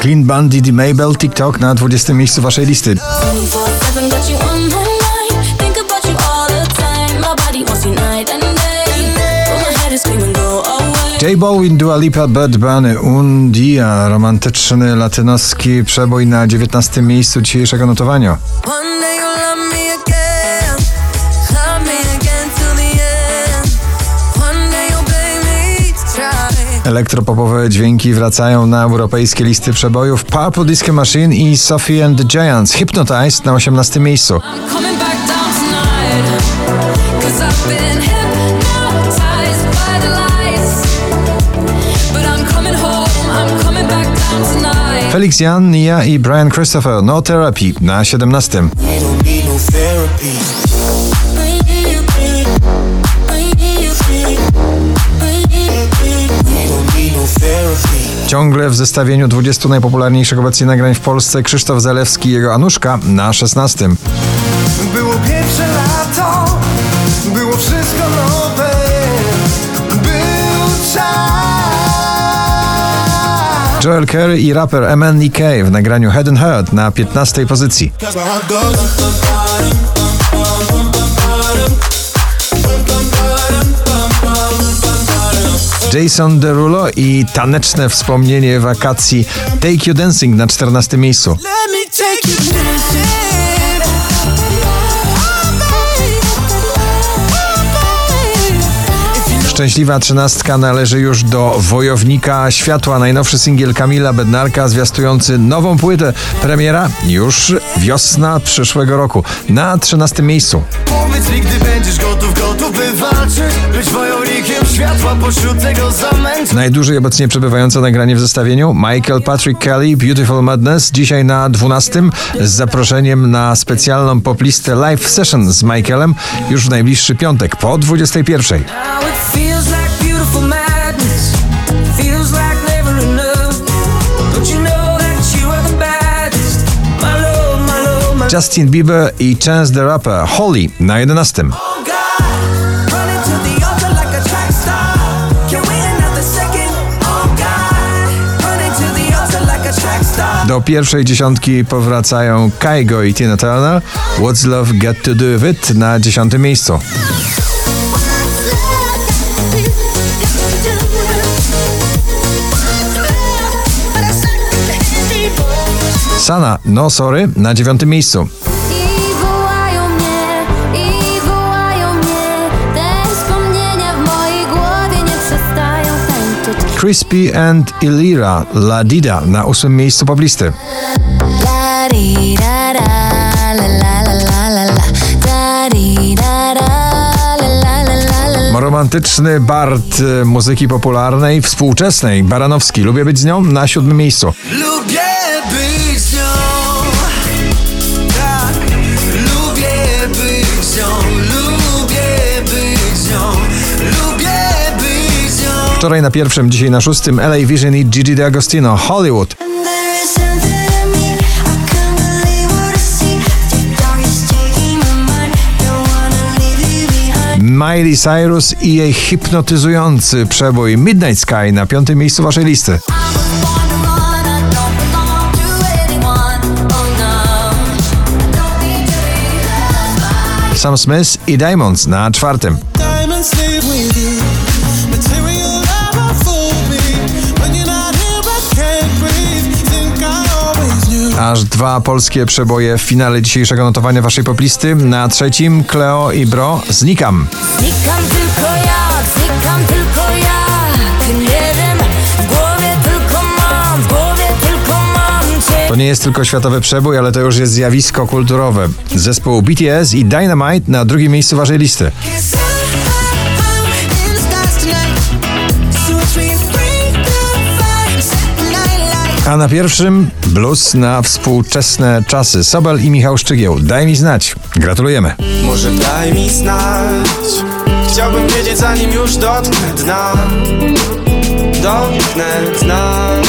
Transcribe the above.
Clean Bandit i Mabel, TikTok na 20. miejscu waszej listy. J Balvin, Dua Lipa, Bad Bunny, Un Dia, romantyczny latynoski przebój na 19. miejscu dzisiejszego notowania. Elektropopowe dźwięki wracają na europejskie listy przebojów. Purple Disco Machine i Sophie and the Giants. Hypnotized na 18. miejscu. Felix Jan, Nia i Brian Christopher, No Therapy na 17. Ciągle w zestawieniu 20 najpopularniejszych obecnie nagrań w Polsce Krzysztof Zalewski i jego Anuszka na 16. Było pierwsze lato, było wszystko nowe, był czas. Joel Curry i raper MNEK w nagraniu Head and Heart na 15. pozycji. Jason Derulo i taneczne wspomnienie wakacji Take You Dancing na 14. miejscu. Szczęśliwa 13 należy już do Wojownika Światła, najnowszy singiel Kamila Bednarka zwiastujący nową płytę. Premiera już wiosna przyszłego roku na 13. miejscu. Powiedz mi, gdy będziesz gotów by walczyć, być wojownikiem światła pośród tego zamętu. Najdłużej obecnie przebywające nagranie w zestawieniu Michael Patrick Kelly, Beautiful Madness, dzisiaj na 12. z zaproszeniem na specjalną poplistę live session z Michaelem już w najbliższy piątek po 21. Justin Bieber i Chance the Rapper, Holy na 11. Do pierwszej dziesiątki powracają Kygo i Tina Turner, What's Love Got to Do With It na 10. miejscu. Sana, No Sorry na 9. miejscu. Crispy and Ilira, La Dida na 8. miejscu poblisty. Romantyczny bard muzyki popularnej, współczesnej, Baranowski, Lubię być z nią na 7. miejscu. Lubię być z nią, tak, lubię być z nią, lubię być z nią, lubię być z nią. Wczoraj na 1., dzisiaj na 6. LA Vision i Gigi D'Agostino, Hollywood. Miley Cyrus i jej hipnotyzujący przebój Midnight Sky na 5. miejscu waszej listy. Sam Smith i Diamonds na 4. Aż 2 polskie przeboje w finale dzisiejszego notowania waszej poplisty. Na 3. Cleo i Bro, Znikam. Znikam tylko jak, znikam tylko jak, nie wiem, w głowie tylko mam cię. To nie jest tylko światowy przebój, ale to już jest zjawisko kulturowe. Zespół BTS i Dynamite na 2. miejscu waszej listy. A na 1. blues na współczesne czasy. Sobel i Michał Szczygieł. Daj mi znać. Gratulujemy. Może daj mi znać, chciałbym wiedzieć zanim już dotknę dna.